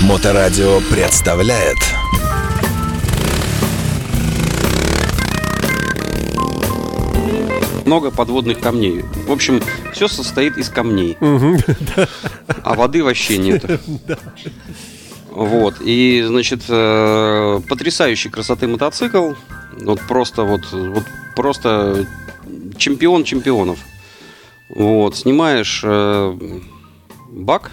Моторадио представляет много подводных камней. В общем, все состоит из камней. А воды вообще нет. Вот. И, значит, потрясающей красоты мотоцикл. Вот просто чемпион чемпионов. Вот. Снимаешь бак,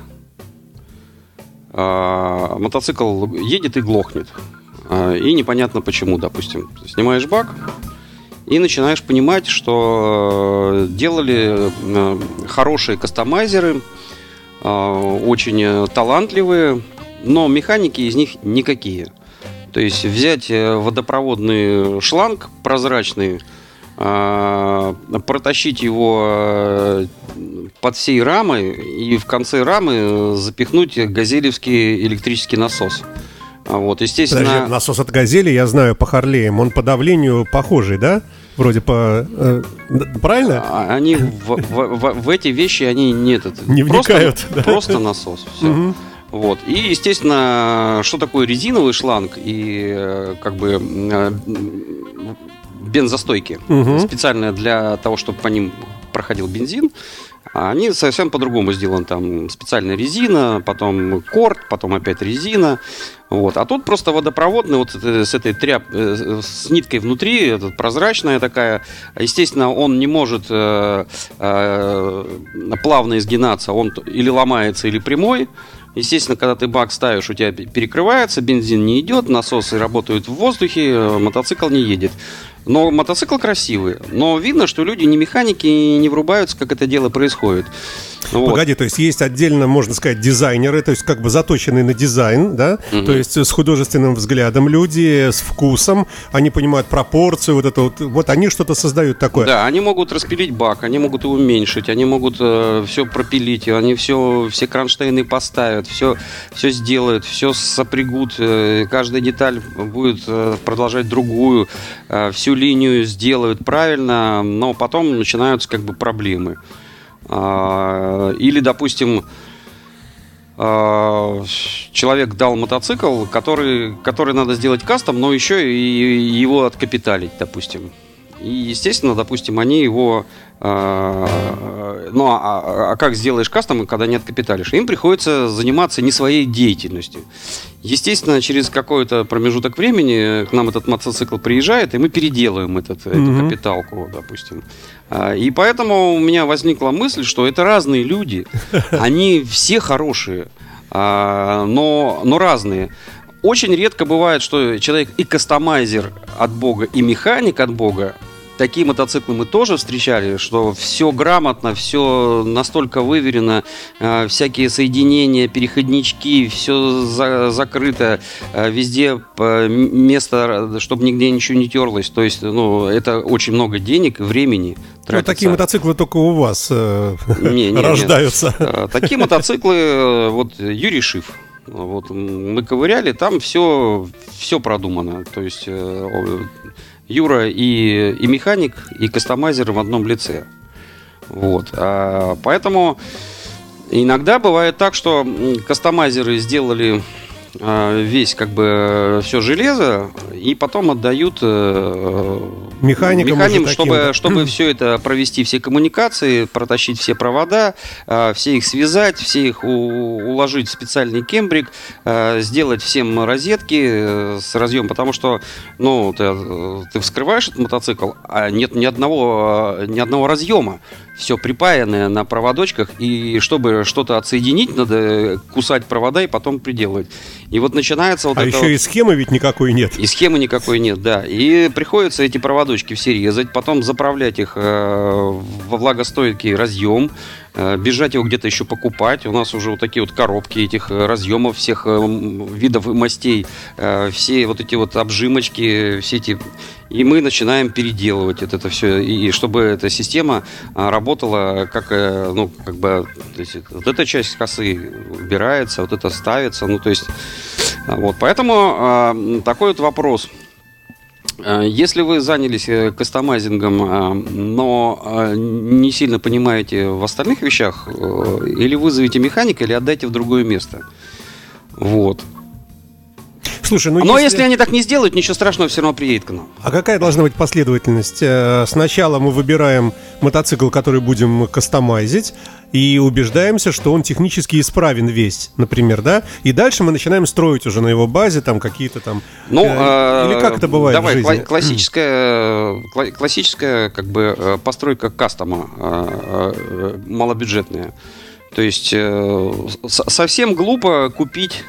мотоцикл едет и глохнет. И непонятно почему, допустим. Снимаешь бак и начинаешь понимать, что делали хорошие кастомайзеры, очень талантливые, но механики из них никакие. То есть взять водопроводный шланг прозрачный, протащить его под всей рамой и в конце рамы запихнуть газелевский электрический насос. Вот, естественно... Подожди, насос от «Газели», я знаю, по Харлеям, он по давлению похожий, да? Вроде по... правильно? Они в эти вещи они не вникают. Просто насос, все. Угу. Вот. И, естественно, что такое резиновый шланг и как бы бензостойки, специально для того, чтобы по ним проходил бензин, они совсем по-другому сделаны. Там специальная резина, потом корд, потом опять резина. Вот. А тут просто водопроводный, вот с этой с ниткой внутри, прозрачная такая. Естественно, он не может плавно изгинаться, он или ломается, или прямой. Естественно, когда ты бак ставишь, у тебя перекрывается, бензин не идет, насосы работают в воздухе, мотоцикл не едет. Но мотоцикл красивый, но видно, что люди не механики и не врубаются, как это дело происходит. Вот. Погоди, то есть есть отдельно, можно сказать, дизайнеры, то есть как бы заточенные на дизайн, да? То есть с художественным взглядом люди, с вкусом, они понимают пропорцию, вот они что-то создают такое. Да, они могут распилить бак, они могут его уменьшить, они могут все пропилить, они все кронштейны поставят, все сделают, все сопрягут, каждая деталь будет продолжать другую, всю линию сделают правильно, но потом начинаются как бы проблемы. Или, допустим, человек дал мотоцикл, который надо сделать кастом, но еще и его откапиталить, допустим. И, естественно, допустим, они его... как сделаешь кастом, когда не откапиталишь? Им приходится заниматься не своей деятельностью. Естественно, через какой-то промежуток времени к нам этот мотоцикл приезжает, и мы переделываем эту капиталку, допустим. И поэтому у меня возникла мысль, что это разные люди. Они все хорошие, но разные. Очень редко бывает, что человек и кастомайзер от Бога, и механик от Бога. Такие мотоциклы мы тоже встречали, что все грамотно, все настолько выверено, всякие соединения, переходнички, все закрыто, везде место, чтобы нигде ничего не терлось. То есть, это очень много денег и времени тратится. Такие мотоциклы только у вас рождаются. Нет. Такие мотоциклы, вот Юрий Шиф. Вот, мы ковыряли, там все продумано. То есть Юра и механик, и кастомайзер в одном лице. Вот. Поэтому иногда бывает так, что кастомайзеры сделали весь как бы все железо и потом отдают механикам, чтобы все это провести, все коммуникации, протащить все провода, все их связать, все их уложить в специальный кембрик, сделать всем розетки с разъемом, потому что ты вскрываешь этот мотоцикл, а нет ни одного разъема. Все припаянное на проводочках, и чтобы что-то отсоединить, надо кусать провода и потом приделывать. И вот начинается вот это... еще и схемы ведь никакой нет. И схемы никакой нет, да. И приходится эти проводочки все резать, потом заправлять их во влагостойкий разъем, бежать его где-то еще покупать. У нас уже вот такие вот коробки этих разъемов всех видов и мастей, все вот эти вот обжимочки, все эти... И мы начинаем переделывать это все, и чтобы эта система работала как, то есть вот эта часть косы убирается, вот это ставится, вот. Поэтому такой вот вопрос. Если вы занялись кастомайзингом, но не сильно понимаете в остальных вещах, или вызовите механика, или отдайте в другое место. Вот. Слушай, Но если они так не сделают, ничего страшного, все равно приедет к нам. А какая должна быть последовательность? Сначала мы выбираем мотоцикл, который будем кастомайзить, и убеждаемся, что он технически исправен весь, например, да? И дальше мы начинаем строить уже на его базе там какие-то там... или как это бывает в жизни? Давай, классическая как бы постройка кастома, малобюджетная. То есть совсем глупо купить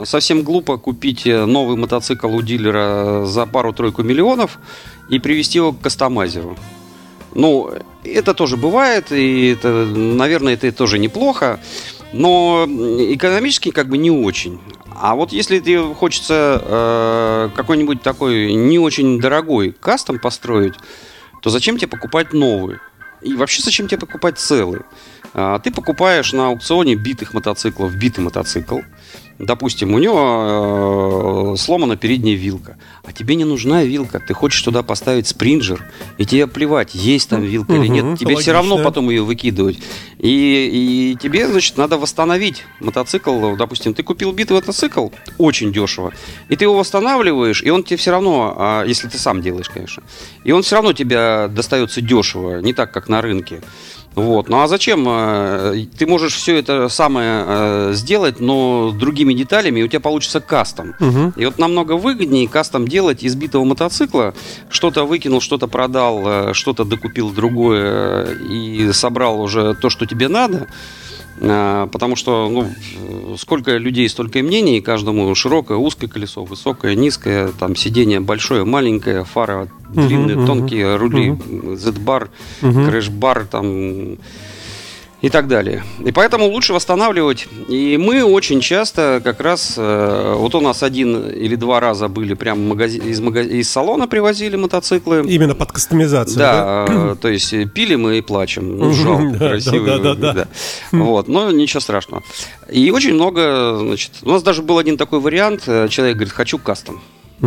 новый мотоцикл у дилера за пару-тройку миллионов и привезти его к кастомайзеру. Ну, это тоже бывает, и это, наверное, это тоже неплохо, но экономически как бы не очень. А вот если тебе хочется какой-нибудь такой не очень дорогой кастом построить, то зачем тебе покупать новый? И вообще зачем тебе покупать целый? Ты покупаешь на аукционе битый мотоцикл. Допустим, у него сломана передняя вилка, а тебе не нужна вилка, ты хочешь туда поставить спринджер, и тебе плевать, есть там вилка или нет, тебе все равно потом ее выкидывать. И тебе, значит, надо восстановить мотоцикл. Допустим, ты купил битый мотоцикл очень дешево, и ты его восстанавливаешь, и он тебе все равно, если ты сам делаешь, конечно, и он все равно тебе достается дешево, не так, как на рынке. Вот. Ну а зачем? Ты можешь все это самое сделать, но с другими деталями, и у тебя получится кастом. И вот намного выгоднее кастом делать из битого мотоцикла. Что-то выкинул, что-то продал, что-то докупил другое и собрал уже то, что тебе надо. Потому что сколько людей, столько и мнений, каждому широкое, узкое колесо, высокое, низкое, там сиденье большое, маленькое, фара длинные, тонкие, рули, Z-бар, крэш-бар там, и так далее. И поэтому лучше восстанавливать. И мы очень часто как раз, вот у нас 1 или 2 раза были прям из салона привозили мотоциклы. Именно под кастомизацию, да? То есть пили мы и плачем. Ну, жалко, красивый. Да. Вот, но ничего страшного. И очень много, значит, у нас даже был один такой вариант. Человек говорит, хочу кастом.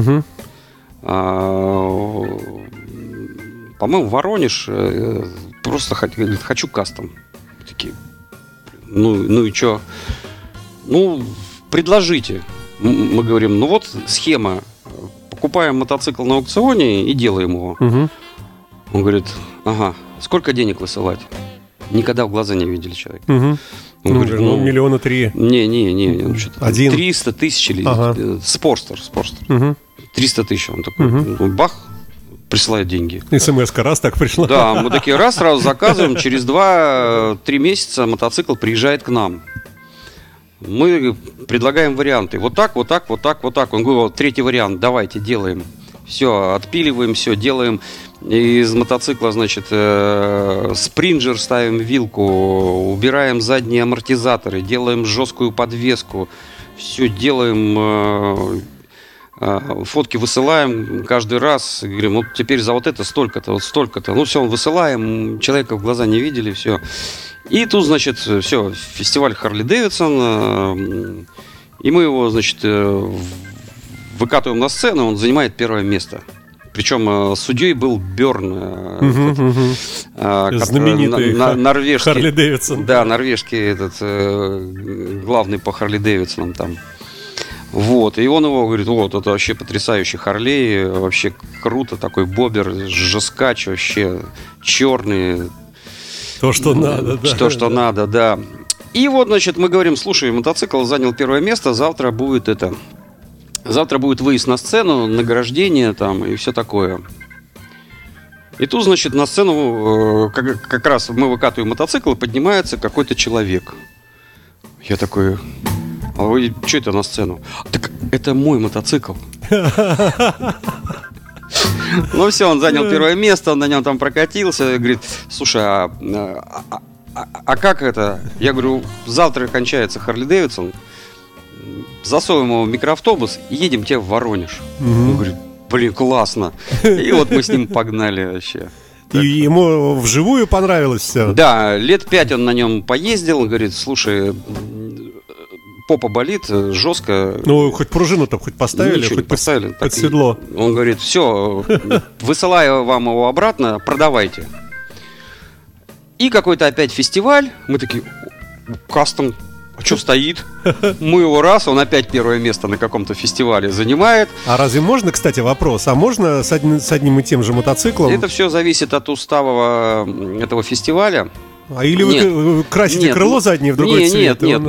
По-моему, Воронеж, просто говорит, хочу кастом. Такие, ну и что? Ну, предложите. Мы говорим, ну вот схема. Покупаем мотоцикл на аукционе и делаем его. Он говорит, ага, сколько денег высылать? Никогда в глаза не видели человека. Он говорит, ну, 3 миллиона. Не, что-то 300 тысяч или Спорстер. 300 тысяч. Он такой, бах, присылает деньги. СМС-ка раз так пришла. Да, мы такие раз сразу заказываем, через 2-3 месяца мотоцикл приезжает к нам. Мы предлагаем варианты. Вот так. Он говорит, 3-й вариант, давайте, делаем. Все, отпиливаем, все, делаем. Из мотоцикла, значит, спринджер, ставим вилку, убираем задние амортизаторы, делаем жесткую подвеску. Все делаем... Фотки высылаем каждый раз. Говорим, вот теперь за вот это столько-то, вот столько-то. Ну, все, высылаем. Человека в глаза не видели, все. И тут, значит, все, фестиваль Харли Дэвидсон. И мы его, значит, выкатываем на сцену. Он занимает 1 место. Причем судьей был Бёрн. Знаменитый норвежский Харли Дэвидсон. Да, норвежский главный по Харли Дэвидсонам там. Вот, и он его говорит, вот, это вообще потрясающий Харлей, вообще круто, такой бобер, жескач вообще, черный. То, что надо, да. То, что надо, да. И вот, значит, мы говорим, слушай, мотоцикл занял 1 место, завтра будет выезд на сцену, награждение там и все такое. И тут, значит, на сцену, как раз мы выкатываем мотоцикл, и поднимается какой-то человек. Я такой... А вы что это на сцену? Так это мой мотоцикл. Ну все, он занял 1 место, он на нем там прокатился. Говорит, слушай, а как это? Я говорю, завтра кончается Харли Дэвидсон. Засовываем его в микроавтобус и едем тебе в Воронеж. Он говорит, блин, классно. И вот мы с ним погнали вообще. И ему вживую понравилось все? Да, лет 5 он на нем поездил. Говорит, слушай... Попа болит жестко. Ну, хоть пружину там хоть поставили, хоть поставили под седло. Он говорит, все, высылаю вам его обратно, продавайте. И какой-то опять фестиваль. Мы такие, кастом, что стоит? Мы его раз, он опять первое место на каком-то фестивале занимает. А разве можно, кстати, вопрос, а можно с одним и тем же мотоциклом? Это все зависит от устава этого фестиваля. А или вы красите крыло заднее в другой цвет? Нет,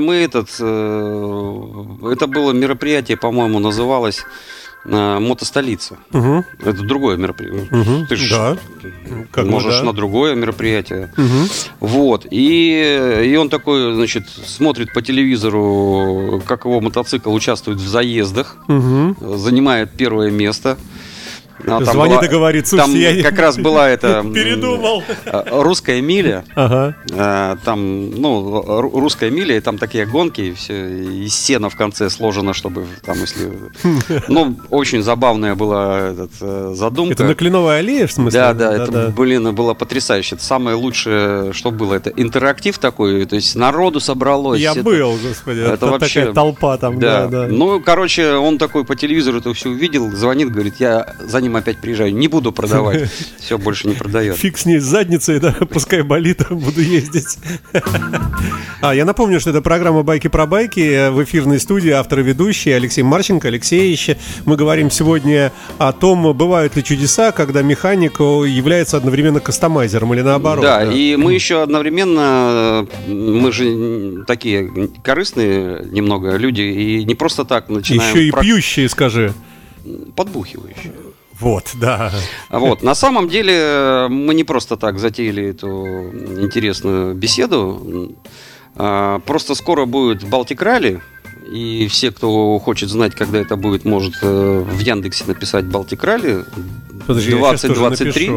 это было мероприятие, по-моему, называлось «Мотостолица». Угу. Это другое мероприятие. Угу. Ты же можешь на другое мероприятие. Угу. Вот. И он такой, значит, смотрит по телевизору, как его мотоцикл участвует в заездах, занимает первое место. Звонит и говорит, слушайте, там как раз была эта передумал. Русская миля. Ага. Там, русская миля, и там такие гонки, и все из сена в конце сложено, чтобы там, если. Очень забавная была задумка. Это на Кленовой аллее, в смысле? Да, это, было потрясающе. Это самое лучшее, что было. Это интерактив такой, то есть народу собралось. Я был, господи. Это вообще такая толпа там. Да. Он такой по телевизору это все увидел, звонит, говорит, я за ним опять приезжаю, не буду продавать. Все, больше не продает. Фиг с ней с задницей, да, пускай болит, буду ездить. Я напомню, что это программа «Байки про байки». В эфирной студии автор и ведущий Алексей Марченко. Алексеевич, мы говорим сегодня о том, бывают ли чудеса, когда механик является одновременно кастомайзером или наоборот. Да, и мы еще одновременно, мы же такие корыстные немного люди, и не просто так начинаем... Еще и пьющие, скажи. Подбухивающие. Вот, да. Вот, на самом деле мы не просто так затеяли эту интересную беседу. Просто скоро будет Baltic Rally, и все, кто хочет знать, когда это будет, может в Яндексе написать Baltic Rally 2023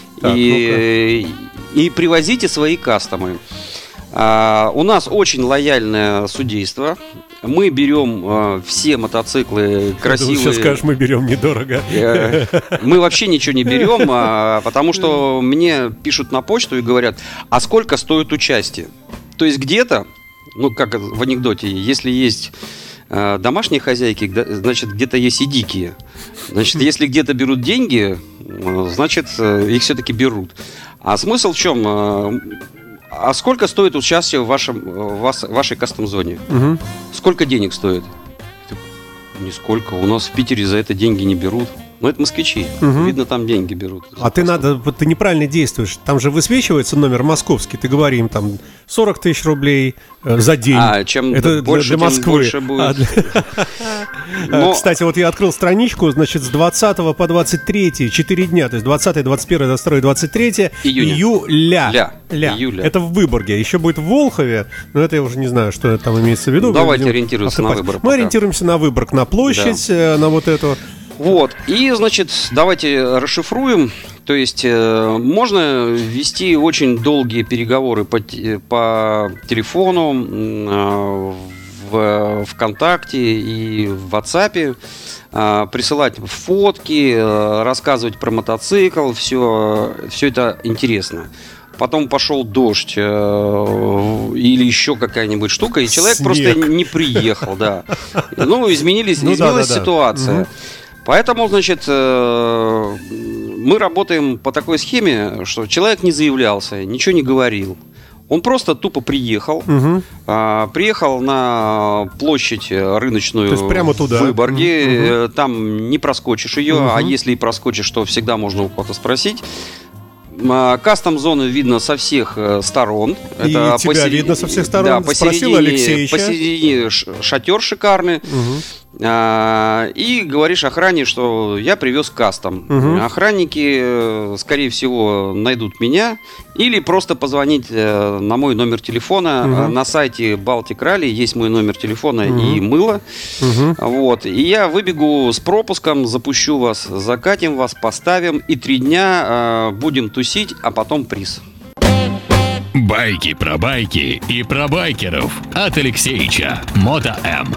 и привозите свои кастомы. У нас очень лояльное судейство. Мы берем все мотоциклы красивые. Ты сейчас скажешь, мы берем недорого. Мы вообще ничего не берем, потому что мне пишут на почту и говорят, а сколько стоит участие? То есть где-то, как в анекдоте, если есть домашние хозяйки, значит, где-то есть и дикие. Значит, если где-то берут деньги, значит, их все-таки берут. А смысл в чем? А сколько стоит участие в вашей кастом-зоне? Угу. Сколько денег стоит? Нисколько. У нас в Питере за это деньги не берут. Но это москвичи. Угу. Видно, там деньги берут. Ты неправильно действуешь. Там же высвечивается номер московский. Ты говори им там 40 тысяч рублей за день. Чем это больше, для Москвы. Тем больше будет. Кстати, вот я открыл страничку, значит, с 20 по 23, 4 дня, то есть 20, 21, 22, 23 июля. Это в Выборге. Еще будет в Волхове, но это я уже не знаю, что там имеется в виду. Давайте ориентируемся на Выборг. Мы ориентируемся на Выборг, на площадь, на вот эту. Вот, и, значит, давайте расшифруем. То есть можно вести очень долгие переговоры по телефону, в ВКонтакте и в WhatsApp, присылать фотки, рассказывать про мотоцикл, все это интересно. Потом пошел дождь или еще какая-нибудь штука, и человек просто не приехал, да. Изменилась ситуация. Поэтому, значит, мы работаем по такой схеме, что человек не заявлялся, ничего не говорил. Он просто тупо приехал, приехал на площадь рыночную прямо туда. В Выборге, там не проскочишь ее, а если и проскочишь, то всегда можно у кого-то спросить. Кастом-зоны видно со всех сторон. И это тебя видно со всех сторон. Да, спросил Алексеевича. Посередине шатер шикарный. И говоришь охране, что я привез кастом. Охранники, скорее всего, найдут меня. Или просто позвонить на мой номер телефона. На сайте Baltic Rally есть мой номер телефона и мыло. Вот. И я выбегу с пропуском, запущу вас, закатим вас, поставим. И 3 дня будем тусить, а потом приз. Байки про байки и про байкеров от Алексеича. Мото М.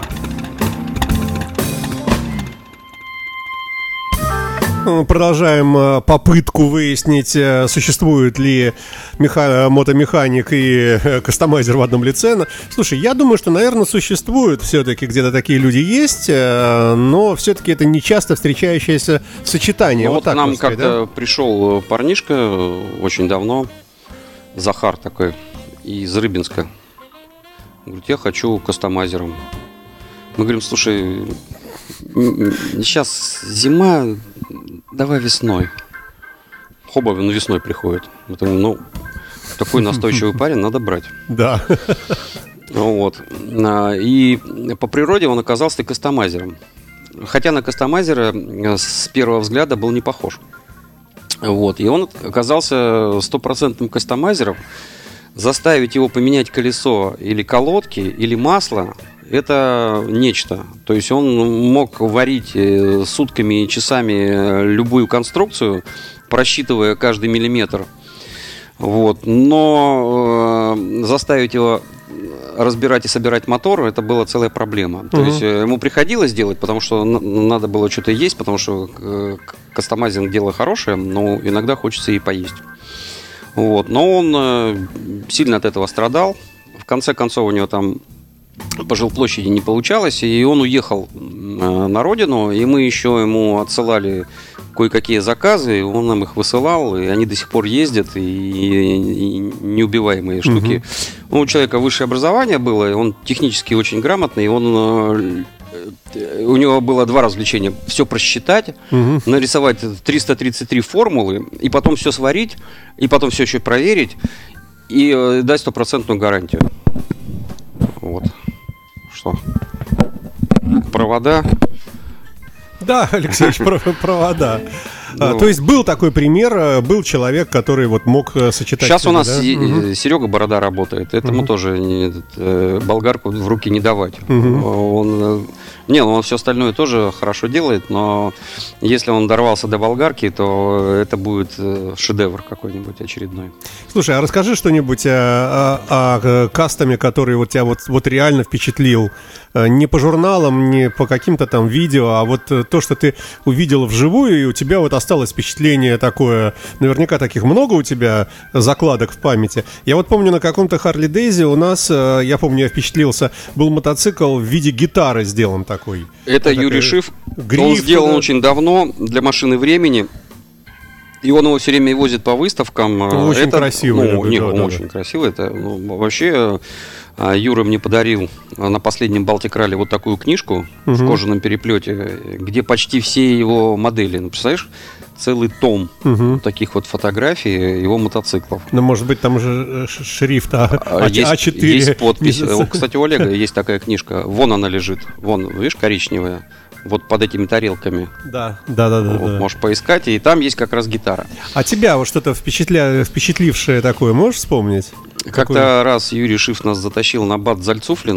Продолжаем попытку выяснить, существует ли мотомеханик и кастомайзер в одном лице. Слушай, я думаю, что, наверное, существуют все-таки где-то такие люди есть, но все-таки это не часто встречающееся сочетание. Вот к нам как-то пришел парнишка очень давно, Захар такой, из Рыбинска. Говорит, я хочу кастомайзером. Мы говорим, слушай, сейчас зима, давай весной. Хоба, весной приходит. Потому, такой настойчивый парень надо брать. Да. Вот. И по природе он оказался кастомайзером. Хотя на кастомайзера с первого взгляда был не похож. Вот. И он оказался стопроцентным кастомайзером. Заставить его поменять колесо или колодки, или масло – это нечто. То есть он мог варить сутками и часами любую конструкцию, просчитывая каждый миллиметр. Вот. Но заставить его разбирать и собирать мотор, это была целая проблема. То есть ему приходилось делать, потому что надо было что-то есть, потому что кастомайзинг дело хорошее, но иногда хочется и поесть. Вот. Но он сильно от этого страдал. В конце концов у него там по жилплощади не получалось, и он уехал на родину, и мы еще ему отсылали кое-какие заказы, он нам их высылал, и они до сих пор ездят, и неубиваемые штуки. У человека высшее образование было, и он технически очень грамотный, у него было два развлечения. Все просчитать, нарисовать 333 формулы, и потом все сварить, и потом все еще проверить, и дать стопроцентную гарантию. Вот. Что? Провода? Да, Алексеевич, провода. Ну, То есть был такой пример, был человек, который вот мог сочетать. Сейчас у нас да? Серега Борода работает. Этому тоже болгарку в руки не давать. Он все остальное тоже хорошо делает, но если он дорвался до болгарки, то это будет шедевр какой-нибудь очередной. Слушай, а расскажи что-нибудь о кастоме, который вот тебя вот реально впечатлил. Не по журналам, не по каким-то там видео, а вот то, что ты увидел вживую, и у тебя вот осталось впечатление такое. Наверняка таких много у тебя закладок в памяти. Я вот помню, на каком-то Харли Дейзи у нас, я помню, я впечатлился, был мотоцикл в виде гитары сделан такой. Это Юрий Шиф. Гриф, он сделал да. очень давно для машины времени. И он его все время возит по выставкам. Он очень красивый. Очень красивый. Это вообще Юра мне подарил на последнем Балтик-ралли вот такую книжку в кожаном переплете, где почти все его модели. Ну, представляешь, целый том таких вот фотографий его мотоциклов. Ну, может быть, там уже шрифт А4. Есть подпись. Кстати, у Олега есть такая книжка. Вон она лежит. Вон, видишь, коричневая. Вот под этими тарелками. Да. Вот, можешь поискать, и там есть как раз гитара. А тебя вот что-то впечатлившее такое можешь вспомнить? Как-то раз Юрий Шиф нас затащил на Бад Зальцуфлен.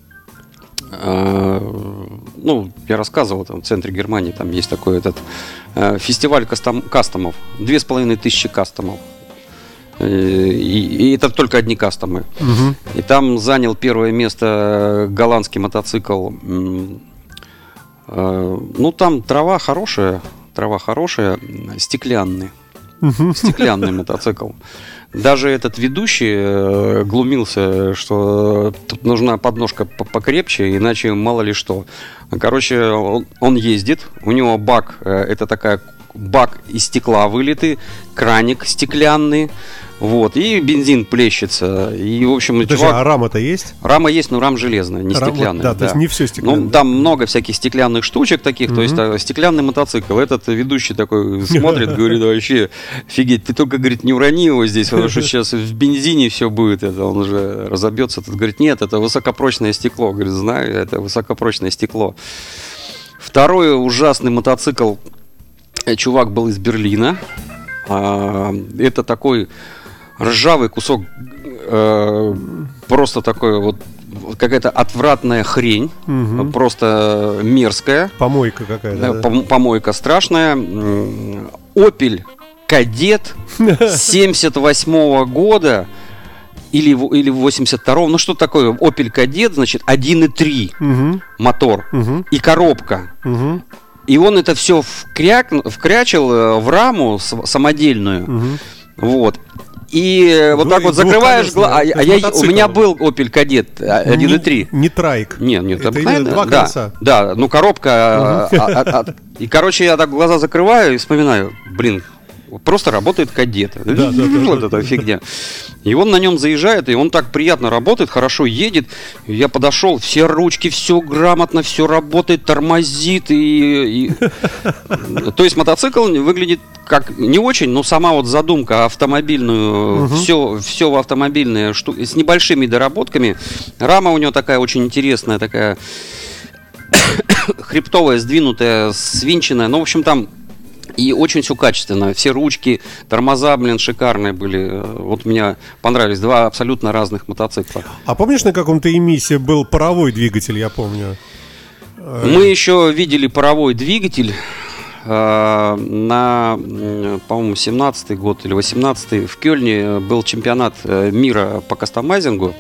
Я рассказывал, там в центре Германии там есть такой фестиваль кастомов. 2500 кастомов. И это только одни кастомы. И там занял первое место голландский мотоцикл. Там трава хорошая, стеклянный мотоцикл. Даже этот ведущий глумился, что тут нужна подножка покрепче, иначе мало ли что. Короче, он ездит, у него бак, это такая бак из стекла вылитый, краник стеклянный. Вот, и бензин плещется. И, в общем, Подожди, а рама-то есть? Рама есть, но рама железная, не стеклянная. Да, то есть не все стеклянное. Там много всяких стеклянных штучек таких. То есть стеклянный мотоцикл. Этот ведущий такой смотрит, говорит, вообще офигеть, ты только, говорит, не урони его здесь, потому что сейчас в бензине все будет, он уже разобьется. Тот говорит, нет, это высокопрочное стекло. Говорит, знаю, это высокопрочное стекло. Второй ужасный мотоцикл. Чувак был из Берлина. Это такой ржавый кусок, просто такой вот какая-то отвратная хрень, просто мерзкая. Помойка какая-то. Да? Помойка страшная. Opel Kadett 78 года или 82-го. Ну что такое? Opel Kadett, значит, 1.3 мотор и коробка. И он это все вкрячил в раму самодельную. Вот. И вот так вот закрываешь глаза. У меня был Opel Kadett 1.3. Не трайк. Нет, это два колеса. Да, коробка. И, короче, я так глаза закрываю и вспоминаю. Блин, просто работает кадет. Да. Вот эта фигня. И он на нем заезжает, и он так приятно работает, хорошо едет. Я подошел, все ручки, все грамотно, все работает, тормозит. То есть мотоцикл выглядит как не очень, но сама вот задумка автомобильную, все в автомобильное, с небольшими доработками. Рама у него такая очень интересная, такая хребтовая, сдвинутая, свинченная. Ну, в общем, там и очень все качественно. Все ручки, тормоза, шикарные были. Вот мне понравились 2 абсолютно разных мотоцикла. А помнишь, на каком-то эмисе был паровой двигатель, я помню? Мы еще видели паровой двигатель на, по-моему, 17-й год или 18-й. В Кёльне был чемпионат мира по кастомайзингу.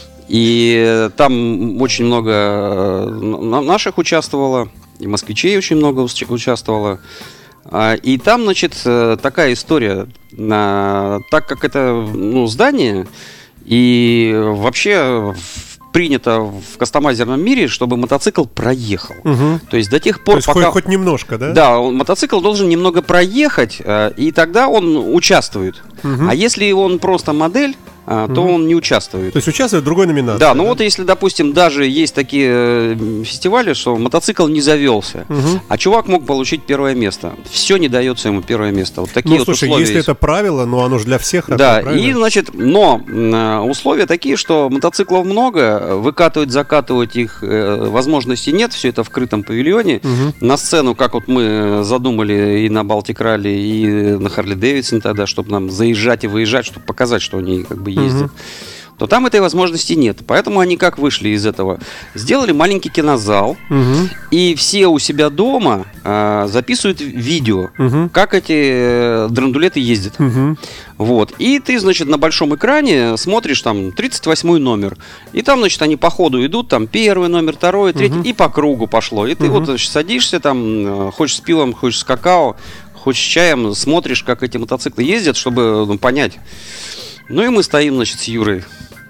И там очень много наших участвовало, и москвичей очень много участвовало. И там, значит, такая история. Так как это здание, и вообще принято в кастомайзерном мире, чтобы мотоцикл проехал. То есть до тех пор, пока... хоть немножко, да? Да, мотоцикл должен немного проехать, и тогда он участвует. А если он просто модель, то он не участвует. То есть участвует в другой номинации. Да, ну вот если, допустим, даже есть такие фестивали, что мотоцикл не завелся, а чувак мог получить первое место. Все не дается ему первое место. Вот такие слушай, условия если есть. это правило, оно же для всех такое, да, правильно? и, значит, но условия такие, что мотоциклов много, выкатывать, закатывать их возможности нет, все это в крытом павильоне. На сцену, как вот мы задумали и на Балтик Ралли, и на Харли Дэвидсон тогда, чтобы нам заезжать и выезжать, чтобы показать, что они как бы ездят, то там этой возможности нет. Поэтому они как вышли из этого? Сделали маленький кинозал, и все у себя дома записывают видео, как эти драндулеты ездят. Вот. И ты, значит, на большом экране смотришь там 38-й номер. И там, значит, они по ходу идут, там первый номер, второй, третий, и по кругу пошло. И ты вот, значит, садишься там, хочешь с пивом, хочешь с какао, хочешь с чаем, смотришь, как эти мотоциклы ездят, чтобы понять. Ну и мы стоим, значит, с Юрой.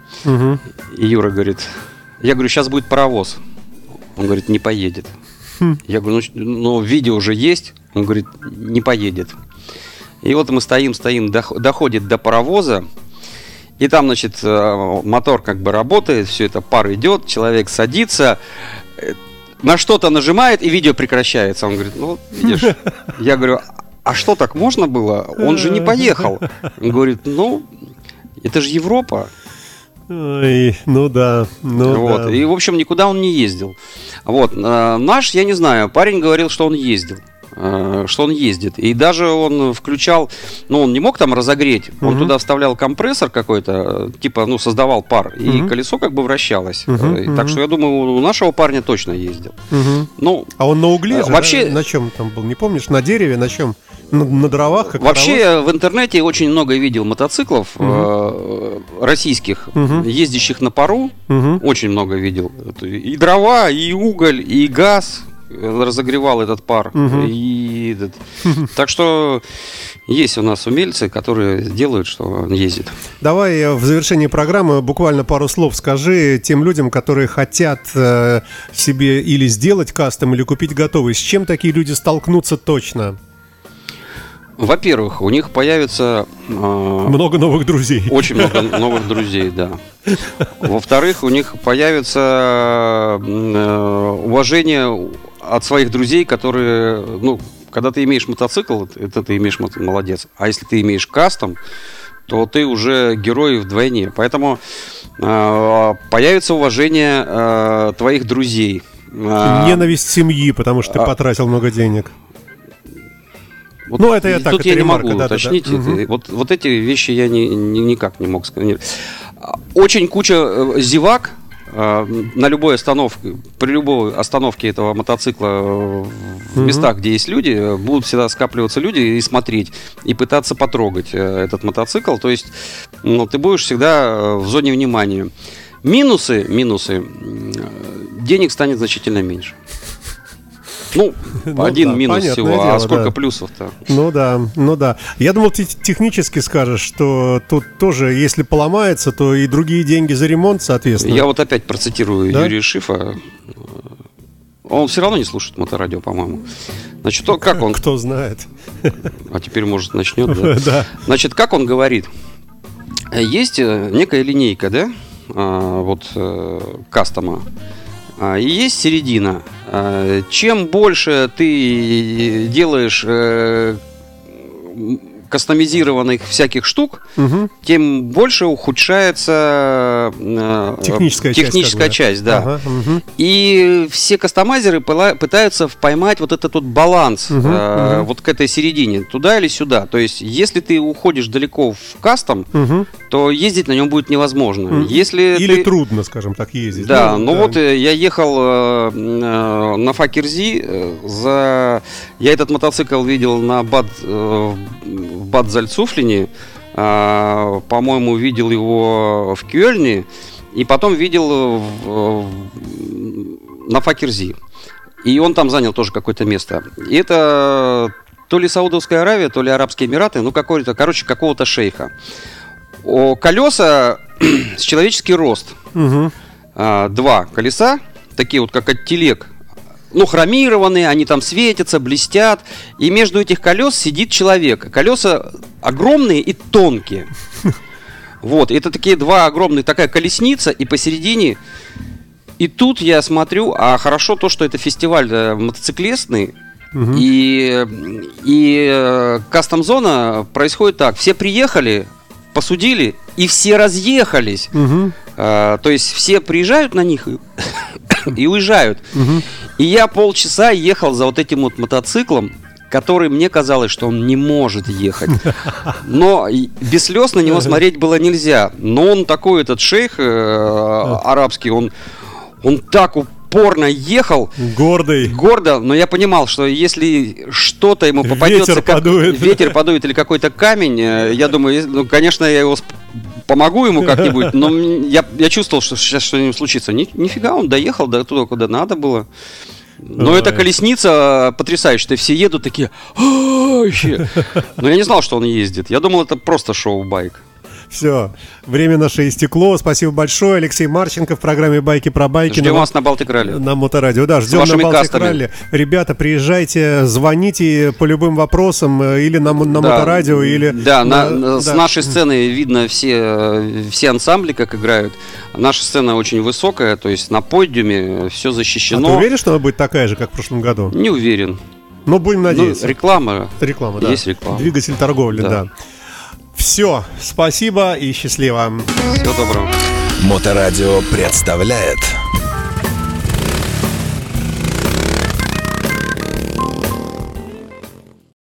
И Юра говорит, я говорю, сейчас будет паровоз. Он говорит, не поедет. Я говорю, ну видео уже есть. Он говорит, не поедет. И вот мы стоим, доходит до паровоза. И там, значит, мотор как бы работает, все это, пар идет, человек садится, на что-то нажимает, и видео прекращается. Он говорит, ну, видишь. Я говорю, а что, так можно было? Он же не поехал. Он говорит, ну, это же Европа. Ой, ну да. Вот. Да. И, в общем, никуда он не ездил. Вот. Наш, я не знаю, парень говорил, что он ездил. Что он ездит. И даже он включал, ну, он не мог там разогреть. Он туда вставлял компрессор какой-то, типа, ну, создавал пар. И колесо как бы вращалось. Так что, я думаю, у нашего парня точно ездил. Ну, а он на угле же? Вообще... На чем там был? Не помнишь? На дереве? На чем? На дровах? Как вообще паровоз? в интернете очень много видел мотоциклов российских, ездящих на пару. Очень много видел. И дрова, и уголь, и газ разогревал этот пар. Так что есть у нас умельцы, которые делают, что он ездит. Давай в завершении программы буквально пару слов скажи тем людям, которые хотят себе или сделать кастом, или купить готовый. С чем такие люди столкнутся точно? Во-первых, у них появится... много новых друзей. Очень много новых друзей, да. Во-вторых, у них появится уважение от своих друзей, которые... Ну, когда ты имеешь мотоцикл, это ты имеешь молодец. А если ты имеешь кастом, то ты уже герой вдвойне. Поэтому появится уважение твоих друзей. Ненависть семьи, потому что ты потратил много денег. Вот ну, это я так, тут это я ремарка, не могу уточнить. Вот эти вещи я никак не мог сказать. Очень куча зевак на любой остановке, при любой остановке этого мотоцикла в местах, где есть люди, будут всегда скапливаться люди и смотреть, и пытаться потрогать этот мотоцикл. То есть, ну, ты будешь всегда в зоне внимания. Минусы. Денег станет значительно меньше. Ну, один минус всего, дело, а сколько да. плюсов-то? Ну да. Я думал, ты технически скажешь, что тут тоже, если поломается, то и другие деньги за ремонт, соответственно. Я вот опять процитирую Юрия Шифа. Он все равно не слушает Моторадио, по-моему. Значит, как он... Кто знает. А теперь, может, начнет, да? Да. Значит, как он говорит? Есть некая линейка, да? Кастома. И есть середина. Чем больше ты делаешь кастомизированных всяких штук, тем больше ухудшается техническая часть, да. Ага, И все кастомайзеры пытаются поймать вот этот вот баланс вот к этой середине, туда или сюда. То есть, если ты уходишь далеко в кастом, то ездить на нем будет невозможно. Или трудно, скажем так, ездить. Да, я ехал на Факерзи, я этот мотоцикл видел в Бад Зальцуфлине, по-моему, видел его в Кёльне, и потом видел на Факерзи. И он там занял тоже какое-то место. И это то ли Саудовская Аравия, то ли Арабские Эмираты, какого-то шейха. Колеса с человеческий рост. Два колеса, такие вот как от телег, хромированные, они там светятся, блестят. И между этих колес сидит человек. Колеса огромные и тонкие. Вот, это такие два огромных, такая колесница, и посередине. И тут я смотрю, хорошо то, что это фестиваль мотоциклетный. И кастом-зона происходит так. Все приехали, посудили, и все разъехались. То есть все приезжают на них и уезжают. И я полчаса ехал за вот этим вот мотоциклом, который мне казалось, что он не может ехать. Но без слез на него смотреть было нельзя. Но он такой, этот шейх арабский, он так упорно ехал. Гордо, но я понимал, что если что-то ему попадется, ветер подует или какой-то камень, я думаю, конечно, я его помогу ему как-нибудь, но я чувствовал, что сейчас что-нибудь случится. Нифига, он доехал до туда, куда надо было. Но эта колесница потрясающая. Все едут такие... вообще. Но я не знал, что он ездит. Я думал, это просто шоу-байк. Все, время наше истекло. Спасибо большое. Алексей Марченко в программе «Байки про байки». Ждем вас на Балтик-ралли. На Моторадио, да, ждем на Балтик-ралли. Ребята, приезжайте, звоните по любым вопросам или на Моторадио, или... Да, с нашей сцены видно все ансамбли, как играют. Наша сцена очень высокая, то есть на подиуме все защищено. А ты уверен, что она будет такая же, как в прошлом году? Не уверен. Но будем надеяться. Реклама, да. Есть реклама. Двигатель торговли, да. Все, спасибо и счастливо. Всего доброго. Моторадио представляет